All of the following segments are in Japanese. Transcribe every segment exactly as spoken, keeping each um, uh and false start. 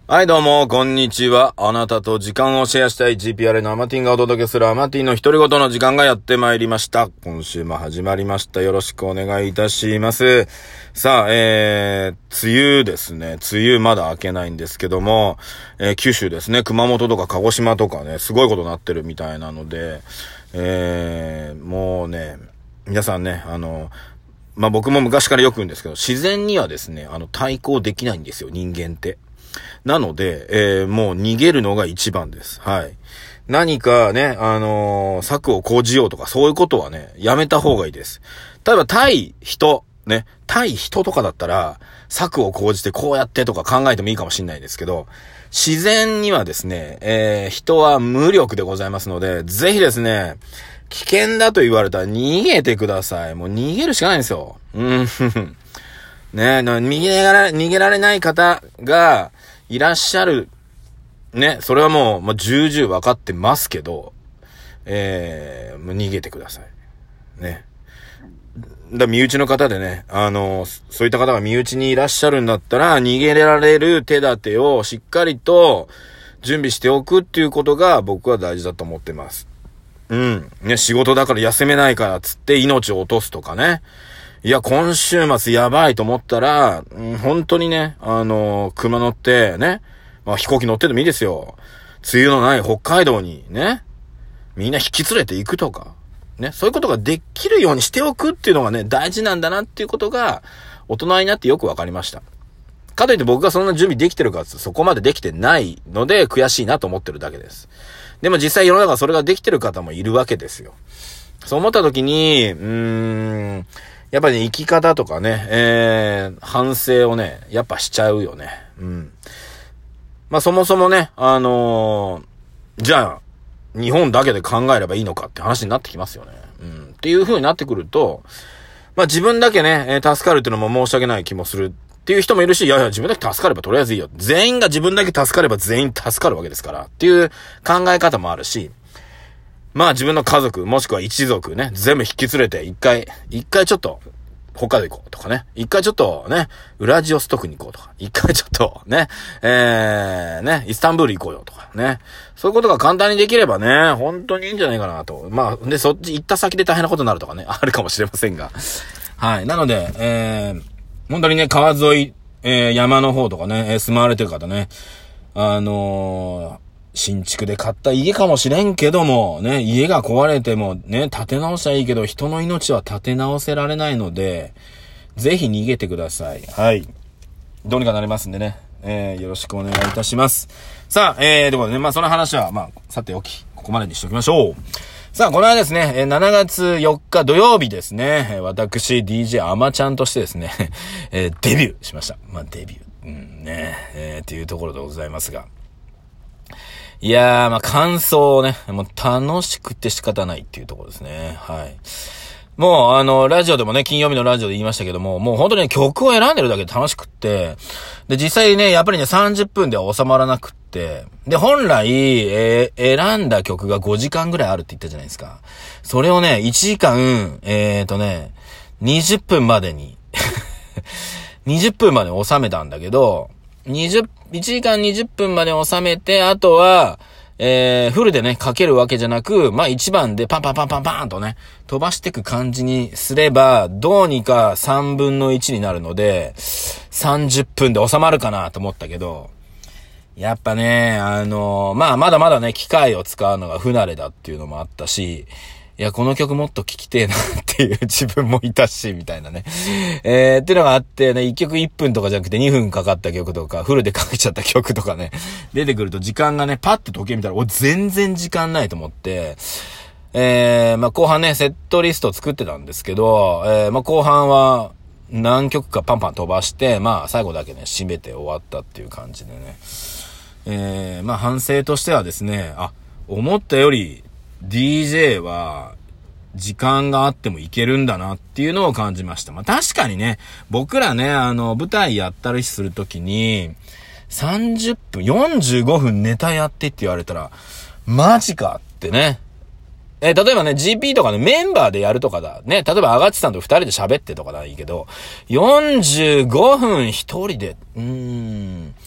はいどうも、こんにちは。あなたと時間をシェアしたい ジーピーアール のアマティンがお届けするアマティンの独り言の時間がやってまいりました。今週も始まりました。よろしくお願いいたします。さあ、えー、梅雨ですね。梅雨まだ明けないんですけども、えー、九州ですね。熊本とか鹿児島とかね、すごいことになってるみたいなので、えー、もうね、皆さんね、あの、まあ、僕も昔からよく言うんですけど、自然にはですね、あの、対抗できないんですよ、人間って。なので、えー、もう逃げるのが一番です。はい。何かね、あのー、策を講じようとか、そういうことはね、やめた方がいいです。例えば、対人、ね、対人とかだったら、策を講じてこうやってとか考えてもいいかもしれないですけど、自然にはですね、えー、人は無力でございますので、ぜひですね、危険だと言われたら逃げてください。もう逃げるしかないんですよ。うん。ね、逃げられ、逃げられない方がいらっしゃる。ね、それはもう、まあ、重々分かってますけど、えー、もう逃げてください。ね。だ身内の方でね、あの、そういった方が身内にいらっしゃるんだったら、逃げられる手立てをしっかりと準備しておくっていうことが僕は大事だと思ってます。うん。ね、仕事だから休めないからつって命を落とすとかね。いや、今週末やばいと思ったら、うん、本当にね、あのー、車乗ってね、まあ飛行機乗ってでもいいですよ。梅雨のない北海道にね、みんな引き連れて行くとか、ね、そういうことができるようにしておくっていうのがね、大事なんだなっていうことが、大人になってよくわかりました。かといって僕がそんな準備できてるかつそこまでできてないので悔しいなと思ってるだけです。でも実際世の中それができてる方もいるわけですよ。そう思った時に、うーん、やっぱりね、生き方とかね、えー、反省をね、やっぱしちゃうよね。うん。まあそもそもね、あのー、じゃあ、日本だけで考えればいいのかって話になってきますよね。うん。っていう風になってくると、まあ自分だけね、えー、助かるっていうのも申し訳ない気もするっていう人もいるし、いやいや自分だけ助かればとりあえずいいよ。全員が自分だけ助かれば全員助かるわけですからっていう考え方もあるし、まあ自分の家族、もしくは一族ね、全部引き連れて一回、一回ちょっと、北海道行こうとかね。一回ちょっとね、ウラジオストクに行こうとか。一回ちょっとね、えー、ね、イスタンブール行こうよとかね。そういうことが簡単にできればね、本当にいいんじゃないかなと。まあ、で、そっち行った先で大変なことになるとかね、あるかもしれませんが。はい。なので、えー、本当にね、川沿い、えー、山の方とかね、えー、住まわれてる方ね、あのー、新築で買った家かもしれんけども、ね、家が壊れてもね、建て直したらいいけど、人の命は建て直せられないので、ぜひ逃げてください。はい。どうにかなりますんでね、えー、よろしくお願いいたします。さあ、えー、ということでね、まあその話は、まあ、さておき、ここまでにしておきましょう。さあ、この間ですね、しちがつよっか土曜日ですね、私、ディージェー アマちゃんとしてですね、えー、デビューしました。まあ、デビュー。うんね、えー、っていうところでございますが。いやー、まあ、感想をね、もう楽しくて仕方ないっていうところですね。はい。もう、あの、ラジオでもね、金曜日のラジオで言いましたけども、もう本当にね、曲を選んでるだけで楽しくって、で、実際ね、やっぱりね、さんじゅっぷんでは収まらなくって、で、本来、えー、選んだ曲がごじかんぐらいあるって言ったじゃないですか。それをね、いちじかん、えーとね、にじゅっぷんまでに、にじゅっぷんまで収めたんだけど、にじゅう、いちじかんにじゅっぷんまで収めて、あとは、えー、フルでね、かけるわけじゃなく、まあ、いちばんでパンパンパンパンパンとね、飛ばしていく感じにすれば、どうにかさんぶんのいちになるので、さんじゅっぷんで収まるかなと思ったけど、やっぱね、あのー、まあ、まだまだね、機械を使うのが不慣れだっていうのもあったし、いや、この曲もっと聴きてえなっていう自分もいたし、みたいなね。えー、っていうのがあってね、いっきょくいっぷんとかじゃなくてにふんかかった曲とか、フルでかけちゃった曲とかね、出てくると時間がね、パッて時計見たら、お、全然時間ないと思って、えー、まあ、後半ね、セットリスト作ってたんですけど、えー、まあ、後半は何曲かパンパン飛ばして、まあ、最後だけね、締めて終わったっていう感じでね。えー、まあ、反省としてはですね、あ、思ったより、ディージェー は時間があってもいけるんだなっていうのを感じました。まあ確かにね、僕らね、あの、舞台やったりするときに、さんじゅっぷん、よんじゅうごふんネタやってって言われたら、マジかってね。えー、例えばね、ジーピー とかね、メンバーでやるとかだ。ね、例えば、あがちさんと二人で喋ってとかだいいけど、よんじゅうごふん一人で、うーん、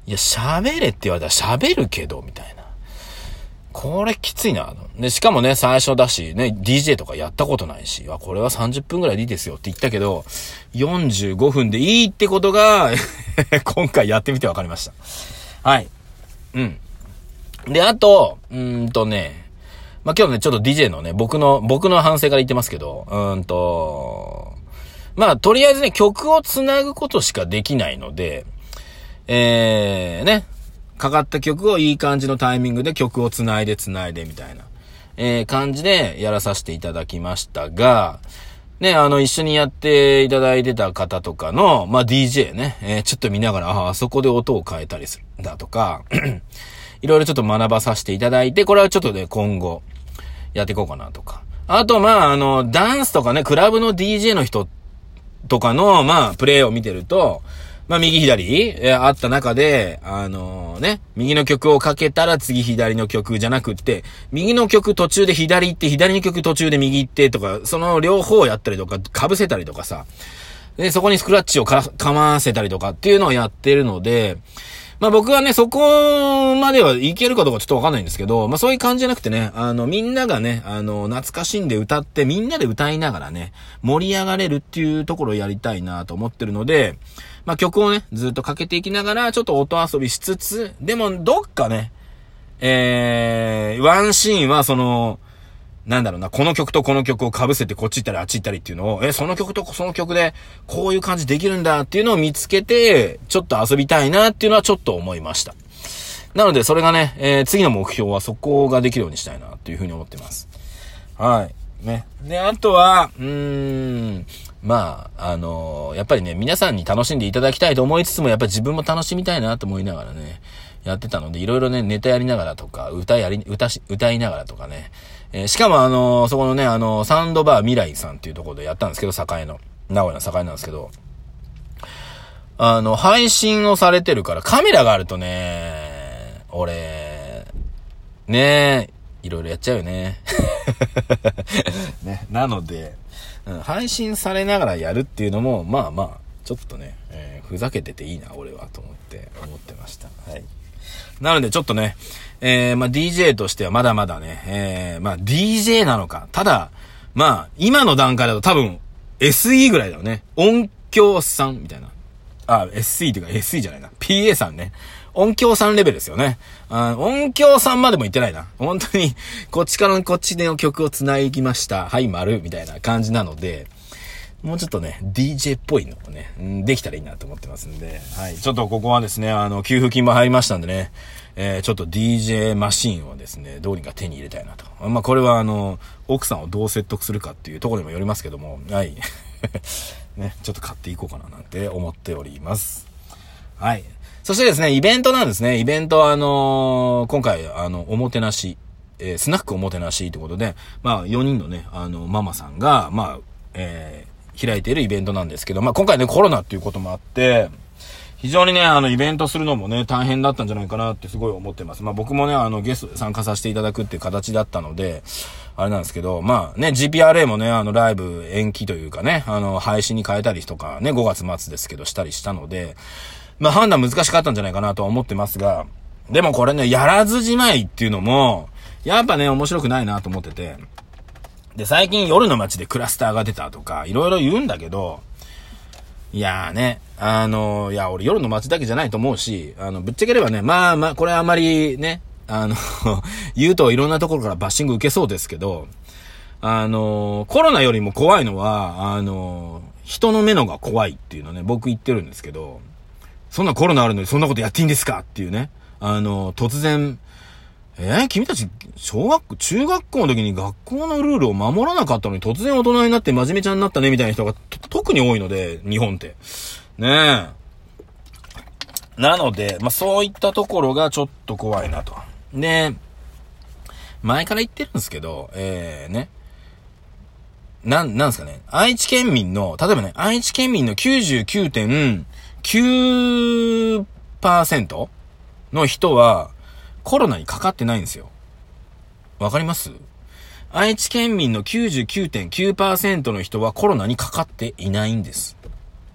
いや、喋れって言われたら喋るけど、みたいな。これきついな。で、しかもね、最初だし、ね、ディージェー とかやったことないし、これはさんじゅっぷんぐらいでいいですよって言ったけど、よんじゅうごふんでいいってことが、今回やってみて分かりました。はい。うん。で、あと、うーんとね、まあ、今日ね、ちょっと ディージェー のね、僕の、僕の反省から言ってますけど、うーんと、まあ、とりあえずね、曲をつなぐことしかできないので、えー、ね、かかった曲をいい感じのタイミングで曲をつないでつないでみたいな、えー、感じでやらさせていただきましたが、ね、あの、一緒にやっていただいてた方とかの、まあ、ディージェー ね、えー、ちょっと見ながら、ああ、そこで音を変えたりするんだとか、いろいろちょっと学ばさせていただいて、これはちょっとね、今後、やっていこうかなとか。あと、まあ、あの、ダンスとかね、クラブの ディージェー の人とかの、まあ、プレイを見てると、まあ、右左、えー、あった中で、あのー、ね、右の曲をかけたら次左の曲じゃなくって、右の曲途中で左行って、左の曲途中で右行ってとか、その両方やったりとか、被せたりとかさ、で、そこにスクラッチをか、かませたりとかっていうのをやってるので、まあ僕はね、そこまではいけるかどうかちょっとわかんないんですけど、まあそういう感じじゃなくてね、あの、みんながね、あの、懐かしんで歌って、みんなで歌いながらね、盛り上がれるっていうところをやりたいなと思ってるので、まあ曲をね、ずっとかけていきながら、ちょっと音遊びしつつ、でもどっかね、えー、ワンシーンはその、なんだろうな、この曲とこの曲を被せてこっち行ったりあっち行ったりっていうのを、え、その曲とその曲でこういう感じできるんだっていうのを見つけて、ちょっと遊びたいなっていうのはちょっと思いました。なのでそれがね、えー、次の目標はそこができるようにしたいなっていうふうに思ってます。はい。ね。で、あとは、うーん、まあ、あのー、やっぱりね、皆さんに楽しんでいただきたいと思いつつも、やっぱり自分も楽しみたいなと思いながらね、やってたので、いろいろね、ネタやりながらとか、歌やり、歌し、歌いながらとかね、えー、しかもあのー、そこのね、あのー、サウンドバー未来さんっていうところでやったんですけど、栄の、名古屋の栄なんですけど、あの、配信をされてるから、カメラがあるとね、俺、ね、いろいろやっちゃうよね。ね、なので、うん、配信されながらやるっていうのも、まあまあ、ちょっとね、えー、ふざけてていいな、俺は、と思って、思ってました。はい。なので、ちょっとね、えー、まあ、ディージェー としてはまだまだね、えー、まあ、ディージェー なのか。ただ、まあ、今の段階だと多分、エスイー ぐらいだよね。音響さん、みたいな。あ、エスイー っていうか エスイー じゃないな。ピーエー さんね。音響さんレベルですよね。あ、音響さんまでも言ってないな。本当に、こっちからこっちでの曲を繋ぎました。はい、丸、みたいな感じなので、もうちょっとね、ディージェー っぽいのをね、できたらいいなと思ってますんで、はい。ちょっとここはですね、あの、給付金も入りましたんでね、えー、ちょっと ディージェー マシーンをですね、どうにか手に入れたいなと。まあ、これはあの、奥さんをどう説得するかっていうところにもよりますけども、はい。ね、ちょっと買っていこうかななんて思っております。はい。そしてですね、イベントなんですね。イベントはあのー、今回、あの、おもてなし、えー、スナックおもてなしってことで、まあ、よにんのね、あの、ママさんが、まあ、えー、開いているイベントなんですけど、まあ、今回ね、コロナっていうこともあって、非常にね、あの、イベントするのもね、大変だったんじゃないかなってすごい思ってます。まあ僕もね、あの、ゲスト参加させていただくっていう形だったので、あれなんですけど、まあね、ジーピーアールエー もね、あの、ライブ延期というかね、あの、配信に変えたりとかね、ごがつ末ですけど、したりしたので、まあ判断難しかったんじゃないかなとは思ってますが、でもこれね、やらずじまいっていうのも、やっぱね、面白くないなと思ってて、で、最近夜の街でクラスターが出たとか、いろいろ言うんだけど、いやーね、あの、いや、俺夜の街だけじゃないと思うし、あの、ぶっちゃければね、まあまあ、これあんまりね、あの、言うといろんなところからバッシング受けそうですけど、あの、コロナよりも怖いのは、あの、人の目のが怖いっていうのね、僕言ってるんですけど、そんなコロナあるのにそんなことやっていいんですかっていうね、あの、突然、えー、君たち、小学校、中学校の時に学校のルールを守らなかったのに突然大人になって真面目ちゃんになったねみたいな人が特に多いので、日本って。ねえ。なので、まあ、そういったところがちょっと怖いなと。で、前から言ってるんですけど、えー、ね。なん、なんですかね。愛知県民の、例えばね、愛知県民の きゅうじゅうきゅうてんきゅうパーセント の人は、コロナにかかってないんですよ。わかります？愛知県民の きゅうじゅうきゅうてんきゅうパーセント の人はコロナにかかっていないんです。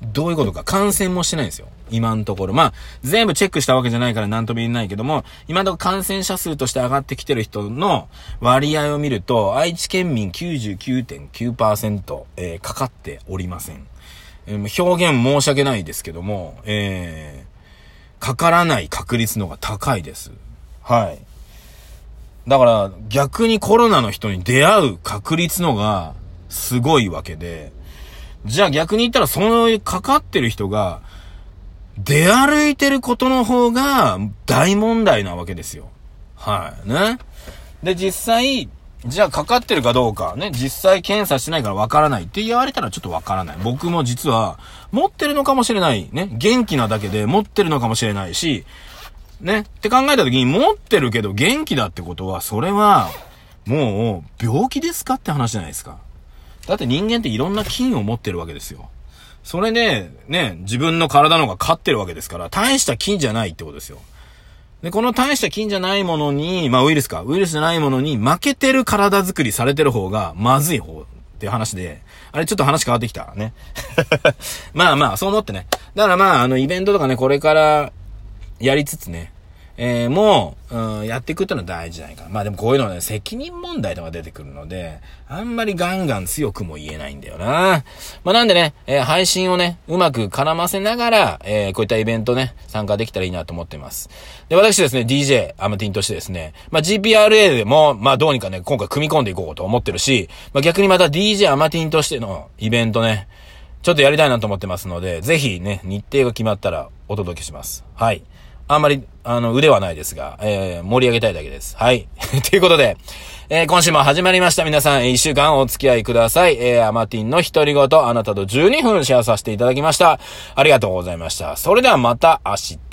どういうことか、感染もしてないんですよ。今のところ。まあ、全部チェックしたわけじゃないから何とも言えないけども、今のところ感染者数として上がってきてる人の割合を見ると、愛知県民 きゅうじゅうきゅうてんきゅうパーセント、えー、かかっておりません。えー、表現申し訳ないですけども、えー、かからない確率の方が高いです。はい。だから、逆にコロナの人に出会う確率のがすごいわけで、じゃあ逆に言ったら、そのかかってる人が、出歩いてることの方が大問題なわけですよ。はい。ね。で、実際、じゃあかかってるかどうか、ね、実際検査してないからわからないって言われたらちょっとわからない。僕も実は、持ってるのかもしれない。ね。元気なだけで持ってるのかもしれないし、ね。って考えたときに、持ってるけど元気だってことは、それは、もう、病気ですかって話じゃないですか。だって人間っていろんな菌を持ってるわけですよ。それで、ね、自分の体の方が勝ってるわけですから、大した菌じゃないってことですよ。で、この大した菌じゃないものに、まあウイルスか、ウイルスじゃないものに負けてる体作りされてる方がまずい方っていう話で、あれちょっと話変わってきたね。まあまあ、そう思ってね。だからまあ、あのイベントとかね、これからやりつつね、えー、もう、うん、やっていくってのは大事じゃないかな。まあでもこういうのはね、責任問題とか出てくるので、あんまりガンガン強くも言えないんだよな。まあなんでね、えー、配信をね、うまく絡ませながら、えー、こういったイベントね、参加できたらいいなと思ってます。で、私ですね、ディージェー アマティンとしてですね、まあ ジーピーアールエー でも、まあどうにかね、今回組み込んでいこうと思ってるし、まあ逆にまた ディージェー アマティンとしてのイベントね、ちょっとやりたいなと思ってますので、ぜひね、日程が決まったらお届けします。はい。あんまり、あの、腕はないですが、えー、盛り上げたいだけです。はい。ということで、えー、今週も始まりました。皆さん、一週間お付き合いください。えー、アマティンの独り言、あなたとじゅうにふんシェアさせていただきました。ありがとうございました。それではまた明日。